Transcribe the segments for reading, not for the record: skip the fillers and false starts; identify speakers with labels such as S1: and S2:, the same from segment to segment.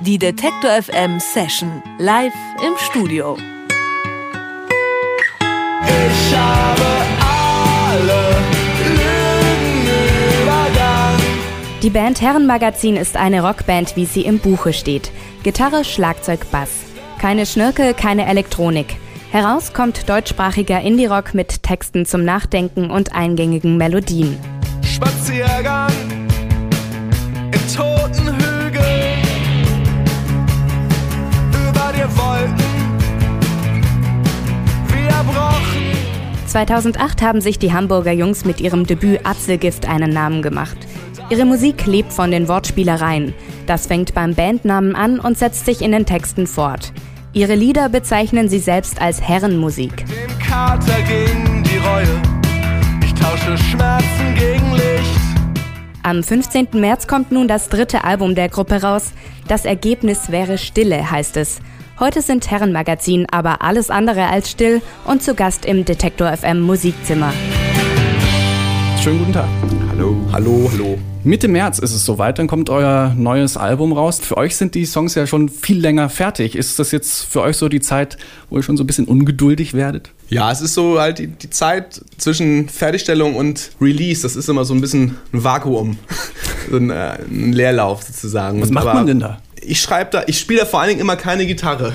S1: Die Detektor FM Session live im Studio.
S2: Ich habe alle Lügen übergangen.
S3: Die Band Herrenmagazin ist eine Rockband, wie sie im Buche steht. Gitarre, Schlagzeug, Bass. Keine Schnörkel, keine Elektronik. Heraus kommt deutschsprachiger Indie-Rock mit Texten zum Nachdenken und eingängigen Melodien.
S2: Spaziergang in toten Hügeln, über dir Wolken wie erbrochen.
S3: 2008 haben sich die Hamburger Jungs mit ihrem Debüt Atzelgift einen Namen gemacht. Ihre Musik lebt von den Wortspielereien. Das fängt beim Bandnamen an und setzt sich in den Texten fort. Ihre Lieder bezeichnen sie selbst als Herrenmusik.
S2: Dem Kater gegen die Reue, ich tausche Schmerzen gegen Licht.
S3: Am 15. März kommt nun das 3. Album der Gruppe raus. Das Ergebnis wäre Stille, heißt es. Heute sind Herrenmagazin aber alles andere als still und zu Gast im Detektor FM Musikzimmer.
S4: Schönen guten Tag.
S5: Hallo.
S4: Mitte März ist es soweit, dann kommt euer neues Album raus. Für euch sind die Songs ja schon viel länger fertig. Ist das jetzt für euch so die Zeit, wo ihr schon so ein bisschen ungeduldig werdet?
S5: Ja, es ist so halt die Zeit zwischen Fertigstellung und Release, das ist immer so ein bisschen ein Vakuum, so ein Leerlauf sozusagen.
S4: Was macht man denn da?
S5: Ich spiele da vor allen Dingen immer keine Gitarre.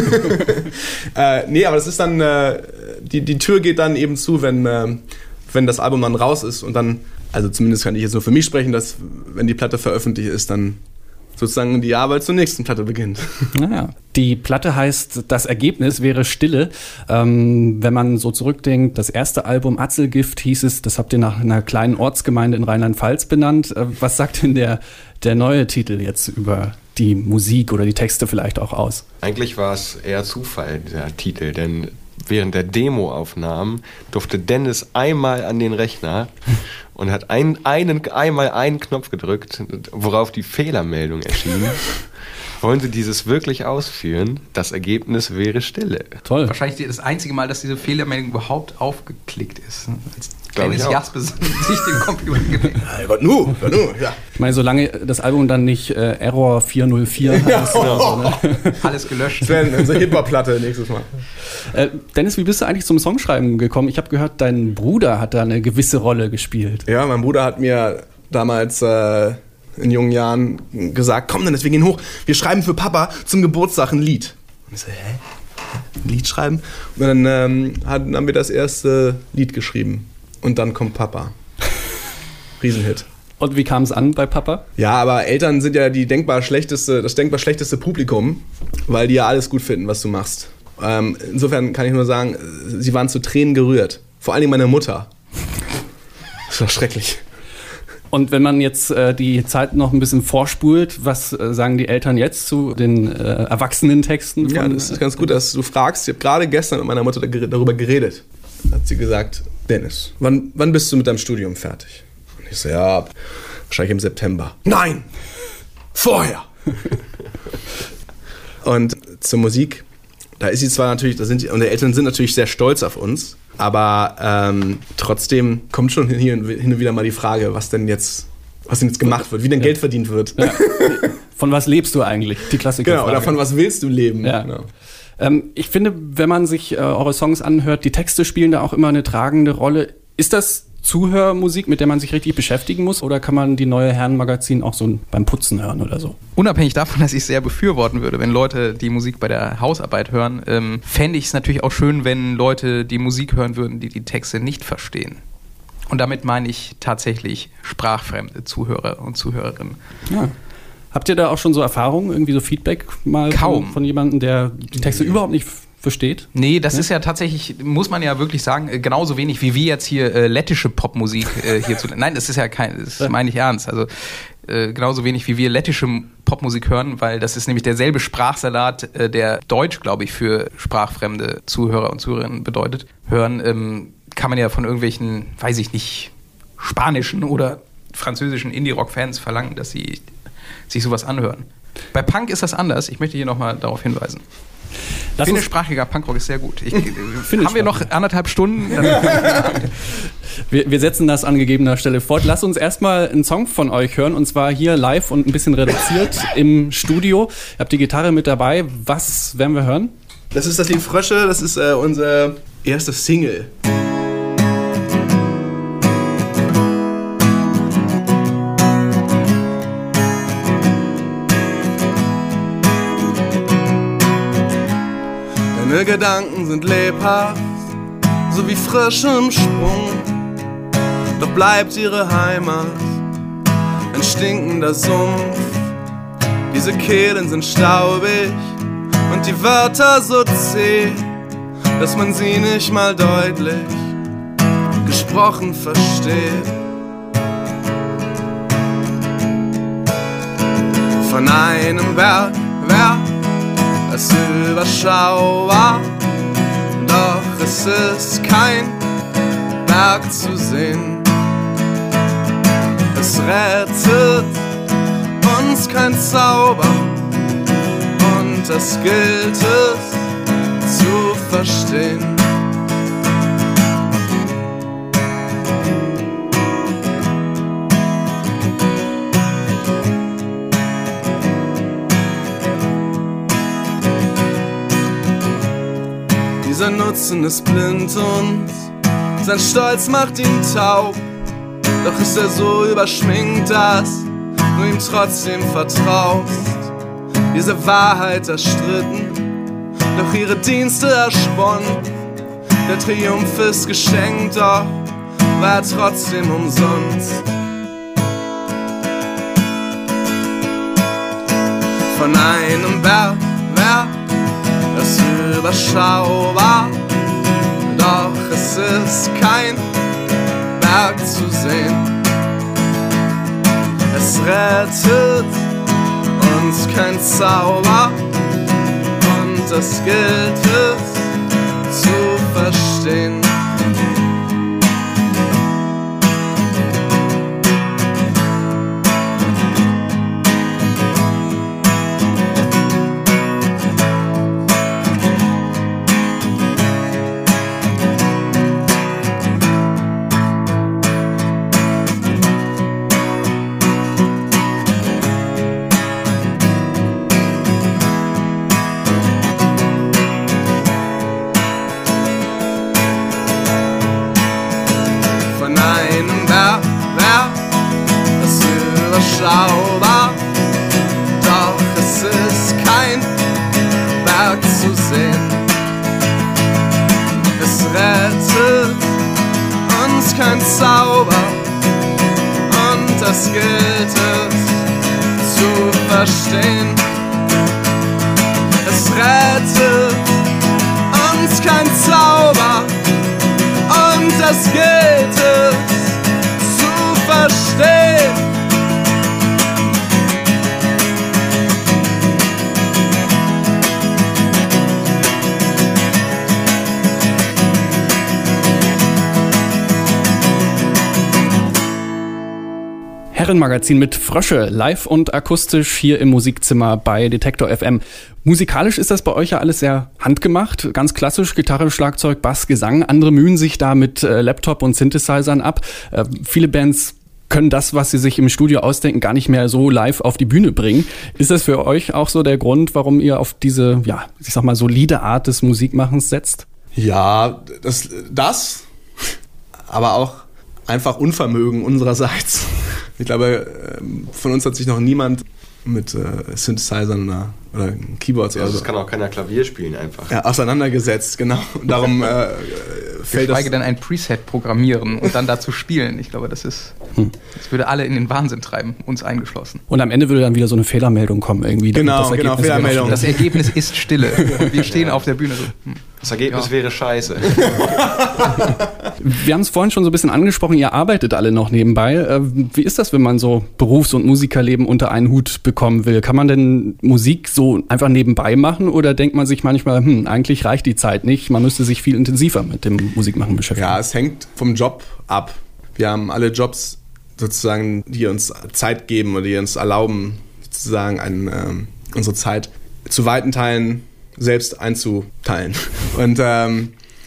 S5: Nee, aber das ist dann, die Tür geht dann eben zu, wenn das Album dann raus ist und dann, also zumindest kann ich jetzt nur für mich sprechen, dass wenn die Platte veröffentlicht ist, dann sozusagen die Arbeit zur nächsten Platte beginnt.
S4: Naja, die Platte heißt, das Ergebnis wäre Stille. Wenn man so zurückdenkt, das erste Album Atzelgift hieß es, das habt ihr nach einer kleinen Ortsgemeinde in Rheinland-Pfalz benannt. Was sagt denn der neue Titel jetzt über die Musik oder die Texte vielleicht auch aus?
S6: Eigentlich war es eher Zufall, dieser Titel, denn während der Demoaufnahmen durfte Dennis einmal an den Rechner und hat einmal einen Knopf gedrückt, worauf die Fehlermeldung erschien. Wollen Sie dieses wirklich ausführen? Das Ergebnis wäre Stille.
S4: Toll.
S7: Wahrscheinlich das einzige Mal, dass diese Fehlermeldung überhaupt aufgeklickt ist. Als
S6: Glaub ich
S7: Dennis
S6: auch.
S7: Jaspers sich den Computer gewählt.
S5: Was nu? Ja.
S4: Ich meine, solange das Album dann nicht Error 404 heißt oder so, ne?
S7: Alles gelöscht.
S5: Das wäre unsere Hip-Hop-Platte nächstes Mal.
S4: Dennis, wie bist du eigentlich zum Songschreiben gekommen? Ich habe gehört, dein Bruder hat da eine gewisse Rolle gespielt.
S5: Ja, mein Bruder hat mir damals in jungen Jahren gesagt, komm Dennis, wir gehen hoch, wir schreiben für Papa zum Geburtstag ein Lied. Und ich so, hä? Ein Lied schreiben? Und dann haben wir das erste Lied geschrieben. Und dann kommt Papa. Riesenhit.
S4: Und wie kam es an bei Papa?
S5: Ja, aber Eltern sind ja das denkbar schlechteste Publikum, weil die ja alles gut finden, was du machst. Insofern kann ich nur sagen, sie waren zu Tränen gerührt. Vor allen Dingen meine Mutter. Das war schrecklich.
S4: Und wenn man jetzt die Zeit noch ein bisschen vorspult, was sagen die Eltern jetzt zu den erwachsenen Texten?
S5: Ja, das ist ganz gut, dass du fragst. Ich habe gerade gestern mit meiner Mutter darüber geredet. Hat sie gesagt, Dennis, wann bist du mit deinem Studium fertig? Und ich so, ja, wahrscheinlich im September. Nein! Vorher! Und zur Musik, da ist sie zwar natürlich, und die Eltern sind natürlich sehr stolz auf uns, aber trotzdem kommt schon hin und wieder mal die Frage, was denn jetzt gemacht wird, wie denn Geld verdient wird.
S4: Ja. Von was lebst du eigentlich? Die Klassiker.
S5: Genau, oder von was willst du leben?
S4: Ja.
S5: Genau.
S4: Ich finde, wenn man sich eure Songs anhört, die Texte spielen da auch immer eine tragende Rolle. Ist das Zuhörmusik, mit der man sich richtig beschäftigen muss? Oder kann man die neue Herrenmagazin auch so beim Putzen hören oder so?
S7: Unabhängig davon, dass ich es sehr befürworten würde, wenn Leute die Musik bei der Hausarbeit hören, fände ich es natürlich auch schön, wenn Leute die Musik hören würden, die die Texte nicht verstehen. Und damit meine ich tatsächlich sprachfremde Zuhörer und Zuhörerinnen.
S4: Ja. Habt ihr da auch schon so Erfahrungen, irgendwie so Feedback mal von jemandem, der die Texte überhaupt nicht versteht? Nee,
S7: das ist ja tatsächlich, muss man ja wirklich sagen, genauso wenig wie wir jetzt hier lettische Popmusik hier zu. Nein, das ist ja das meine ich ernst. Also genauso wenig wie wir lettische Popmusik hören, weil das ist nämlich derselbe Sprachsalat, der Deutsch, glaube ich, für sprachfremde Zuhörer und Zuhörerinnen bedeutet. Hören kann man ja von irgendwelchen, weiß ich nicht, spanischen oder französischen Indie-Rock-Fans verlangen, dass sie sich sowas anhören. Bei Punk ist das anders. Ich möchte hier nochmal darauf hinweisen. Finnischsprachiger Punkrock ist sehr gut. Haben wir noch 1,5 Stunden?
S4: Wir setzen das an gegebener Stelle fort. Lasst uns erstmal einen Song von euch hören, und zwar hier live und ein bisschen reduziert im Studio. Ihr habt die Gitarre mit dabei. Was werden wir hören?
S5: Das ist das Lied Frösche, das ist unser erster Single. Deine Gedanken sind lebhaft, so wie Frösche im Sprung. Doch bleibt ihre Heimat ein stinkender Sumpf. Diese Kehlen sind staubig und die Wörter so zäh, dass man sie nicht mal deutlich gesprochen versteht. Von einem Berg, es überschaubar, doch es ist kein Berg zu sehen. Es rettet uns kein Zauber, und das gilt es zu verstehen. Dieser Nutzen ist blind und sein Stolz macht ihn taub. Doch ist er so überschminkt, dass du ihm trotzdem vertraust. Diese Wahrheit erstritten, doch ihre Dienste ersponnen. Der Triumph ist geschenkt, doch war trotzdem umsonst. Von einem Berg, das überschaubar, doch es ist kein Berg zu sehen. Es rettet uns kein Zauber, und das gilt es zu verstehen. Doch es ist kein Berg zu sehen. Es rettet uns kein Zauber, und das gilt es zu verstehen. Es rettet uns kein Zauber, und das gilt es zu verstehen.
S4: Herrenmagazin mit Frösche, live und akustisch hier im Musikzimmer bei Detektor FM. Musikalisch ist das bei euch ja alles sehr handgemacht, ganz klassisch, Gitarre, Schlagzeug, Bass, Gesang. Andere mühen sich da mit Laptop und Synthesizern ab. Viele Bands können das, was sie sich im Studio ausdenken, gar nicht mehr so live auf die Bühne bringen. Ist das für euch auch so der Grund, warum ihr auf diese, ja, ich sag mal, solide Art des Musikmachens setzt?
S5: Ja, das, aber auch einfach Unvermögen unsererseits. Ich glaube, von uns hat sich noch niemand mit Synthesizern oder Keyboards oder so.
S6: Das kann auch keiner Klavier spielen einfach.
S5: Ja, auseinandergesetzt, genau. Und darum fällt das...
S7: Geschweige denn ein Preset programmieren und dann dazu spielen. Ich glaube, das würde alle in den Wahnsinn treiben, uns eingeschlossen.
S4: Und am Ende würde dann wieder so eine Fehlermeldung kommen irgendwie.
S5: Genau, Fehlermeldung.
S7: Das Ergebnis ist Stille. Wir stehen auf der Bühne so.
S6: Das Ergebnis wäre scheiße.
S4: Wir haben es vorhin schon so ein bisschen angesprochen, ihr arbeitet alle noch nebenbei. Wie ist das, wenn man so Berufs- und Musikerleben unter einen Hut bekommen will? Kann man denn Musik so einfach nebenbei machen oder denkt man sich manchmal, eigentlich reicht die Zeit nicht, man müsste sich viel intensiver mit dem Musikmachen beschäftigen?
S5: Ja, es hängt vom Job ab. Wir haben alle Jobs sozusagen, die uns Zeit geben oder die uns erlauben, sozusagen unsere Zeit zu weiten Teilen selbst einzuteilen. Und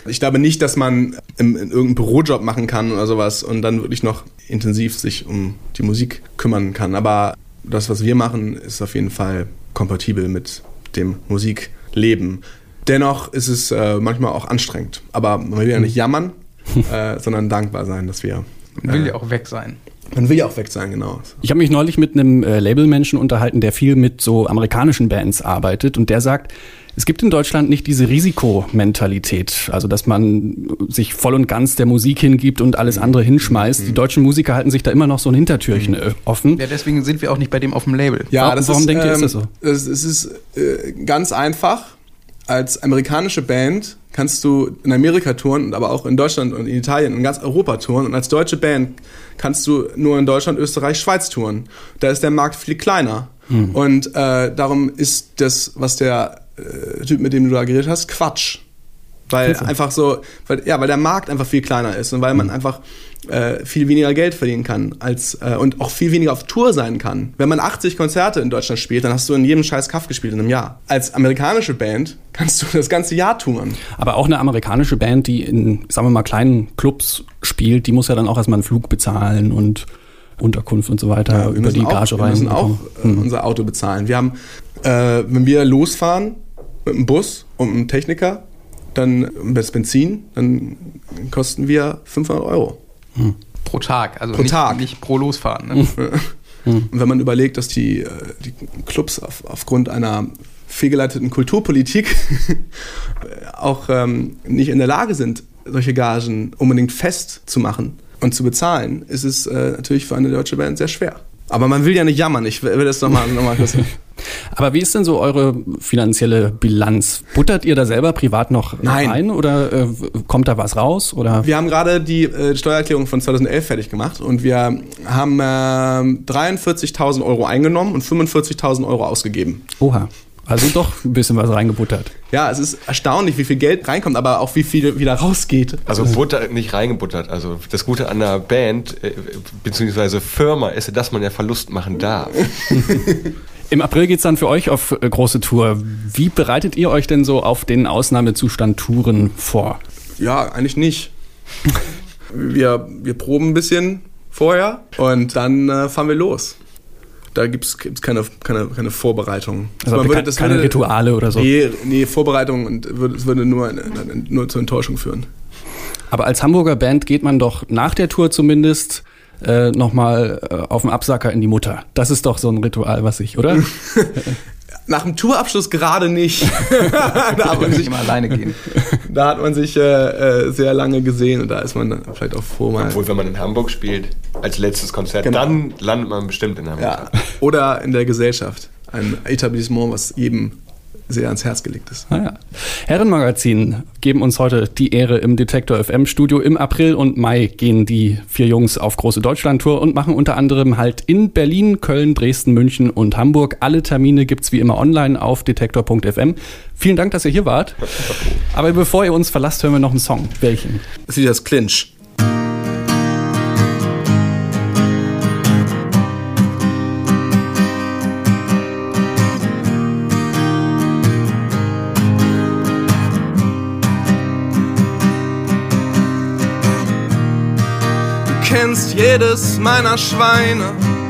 S5: Ich glaube nicht, dass man in irgendeinem Bürojob machen kann oder sowas und dann wirklich noch intensiv sich um die Musik kümmern kann. Aber das, was wir machen, ist auf jeden Fall kompatibel mit dem Musikleben. Dennoch ist es manchmal auch anstrengend. Aber man will ja nicht jammern, sondern dankbar sein, dass wir...
S7: Man will ja auch weg sein.
S5: Man will ja auch weg sein, genau.
S4: Ich habe mich neulich mit einem Labelmenschen unterhalten, der viel mit so amerikanischen Bands arbeitet und der sagt, es gibt in Deutschland nicht diese Risikomentalität, also dass man sich voll und ganz der Musik hingibt und alles andere hinschmeißt. Die deutschen Musiker halten sich da immer noch so ein Hintertürchen offen.
S7: Ja, deswegen sind wir auch nicht bei dem auf dem Label.
S5: Ja,
S4: warum denkt ihr, ist das so?
S5: Es ist ganz einfach. Als amerikanische Band kannst du in Amerika touren, aber auch in Deutschland und in Italien und in ganz Europa touren. Und als deutsche Band kannst du nur in Deutschland, Österreich, Schweiz touren. Da ist der Markt viel kleiner. Und darum ist das, was der Typ, mit dem du da geredet hast, Quatsch. Weil einfach so, weil der Markt einfach viel kleiner ist und weil man einfach viel weniger Geld verdienen kann und auch viel weniger auf Tour sein kann. Wenn man 80 Konzerte in Deutschland spielt, dann hast du in jedem scheiß Kaff gespielt in einem Jahr. Als amerikanische Band kannst du das ganze Jahr touren.
S4: Aber auch eine amerikanische Band, die in, sagen wir mal, kleinen Clubs spielt, die muss ja dann auch erstmal einen Flug bezahlen und Unterkunft und so weiter über die Gage rein.
S5: Wir müssen auch unser Auto bezahlen. Wir haben, wenn wir losfahren mit einem Bus und einem Techniker, dann das Benzin, dann kosten wir 500 €.
S7: Pro Tag, also nicht pro Losfahren. Ne?
S5: Und wenn man überlegt, dass die Clubs aufgrund einer fehlgeleiteten Kulturpolitik auch nicht in der Lage sind, solche Gagen unbedingt fest zu machen und zu bezahlen, ist es natürlich für eine deutsche Band sehr schwer. Aber man will ja nicht jammern, ich will das nochmal kurz.
S4: Aber wie ist denn so eure finanzielle Bilanz? Buttert ihr da selber privat noch rein oder kommt da was raus? Oder?
S5: Wir haben gerade die Steuererklärung von 2011 fertig gemacht und wir haben 43.000 € eingenommen und 45.000 € ausgegeben.
S4: Oha. Also doch ein bisschen was reingebuttert.
S5: Ja, es ist erstaunlich, wie viel Geld reinkommt, aber auch wie viel wieder rausgeht.
S6: Also Butter nicht reingebuttert. Also das Gute an einer Band bzw. Firma ist, dass man ja Verlust machen darf.
S4: Im April geht's dann für euch auf große Tour. Wie bereitet ihr euch denn so auf den Ausnahmezustand Touren vor?
S5: Ja, eigentlich nicht. Wir proben ein bisschen vorher und dann fahren wir los. Da gibt's keine Vorbereitung.
S4: Also keine Rituale oder so?
S5: Nee, Vorbereitung und es würde nur zur Enttäuschung führen.
S4: Aber als Hamburger Band geht man doch nach der Tour zumindest nochmal auf den Absacker in die Mutter. Das ist doch so ein Ritual, oder?
S5: Nach dem Tourabschluss gerade nicht.
S7: Da hat man sich immer alleine gehen.
S5: Da hat man sich sehr lange gesehen und da ist man dann vielleicht auch froh mal.
S6: Obwohl, wenn man in Hamburg spielt, als letztes Konzert, genau, dann landet man bestimmt in Hamburg.
S5: Ja. Oder in der Gesellschaft. Ein Etablissement, was jedem sehr ans Herz gelegt ist.
S4: Ah ja. Herrenmagazin geben uns heute die Ehre im Detektor FM Studio. Im April und Mai gehen die 4 Jungs auf große Deutschlandtour und machen unter anderem halt in Berlin, Köln, Dresden, München und Hamburg. Alle Termine gibt's wie immer online auf detektor.fm. Vielen Dank, dass ihr hier wart. Aber bevor ihr uns verlasst, hören wir noch einen Song. Welchen?
S5: Das ist wieder das Clinch. Du kennst jedes meiner Schweine.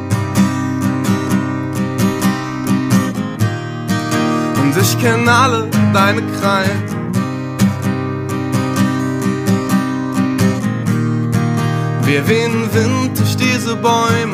S5: Und ich kenn alle deine Krallen. Wir wehen Wind durch diese Bäume.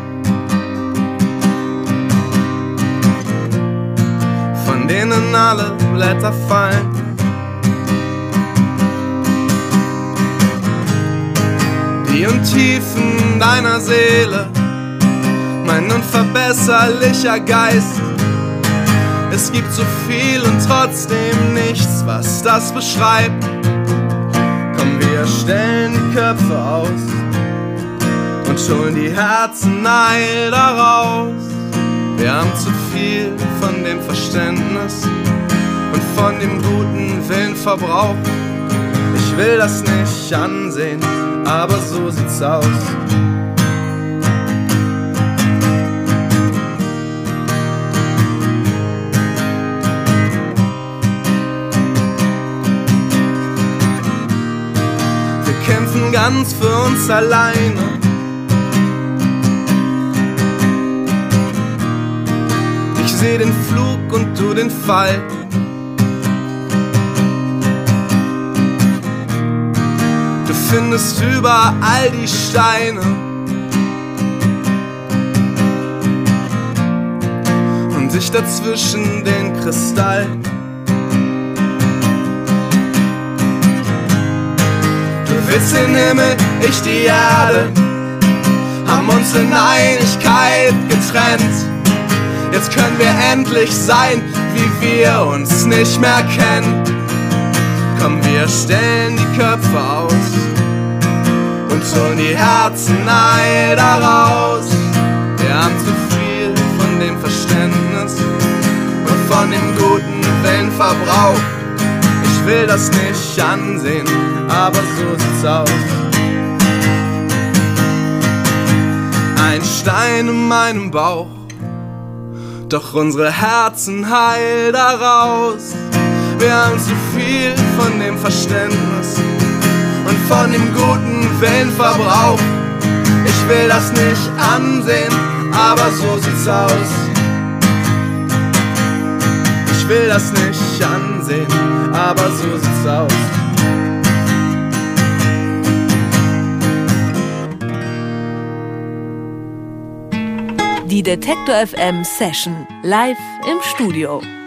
S5: Von denen alle Blätter fallen. Die Untiefen deiner Seele, mein unverbesserlicher Geist. Es gibt so viel und trotzdem nichts, was das beschreibt. Komm, wir stellen die Köpfe aus und holen die Herzen heil daraus. Wir haben zu viel von dem Verständnis und von dem guten Willen verbraucht. Ich will das nicht ansehen, aber so sieht's aus. ganz für uns alleine. Ich seh den Flug und du den Fall. Du findest überall die Steine. Und ich dazwischen den Kristall. Du willst den Himmel, ich die Erde, haben uns in Einigkeit getrennt. Jetzt können wir endlich sein, wie wir uns nicht mehr kennen. Komm, wir stellen die Köpfe aus und holen die Herzen heil daraus. Wir haben zu viel von dem Verständnis und von dem guten Willen verbraucht. Ich will das nicht ansehen, aber so sieht's aus. Ein Stein in meinem Bauch, doch unsere Herzen heil daraus. Wir haben zu viel von dem Verständnis und von dem guten Willen verbraucht. Ich will das nicht ansehen, aber so sieht's aus. Ich will das nicht ansehen, aber so sieht's aus.
S1: Die Detektor FM Session live im Studio.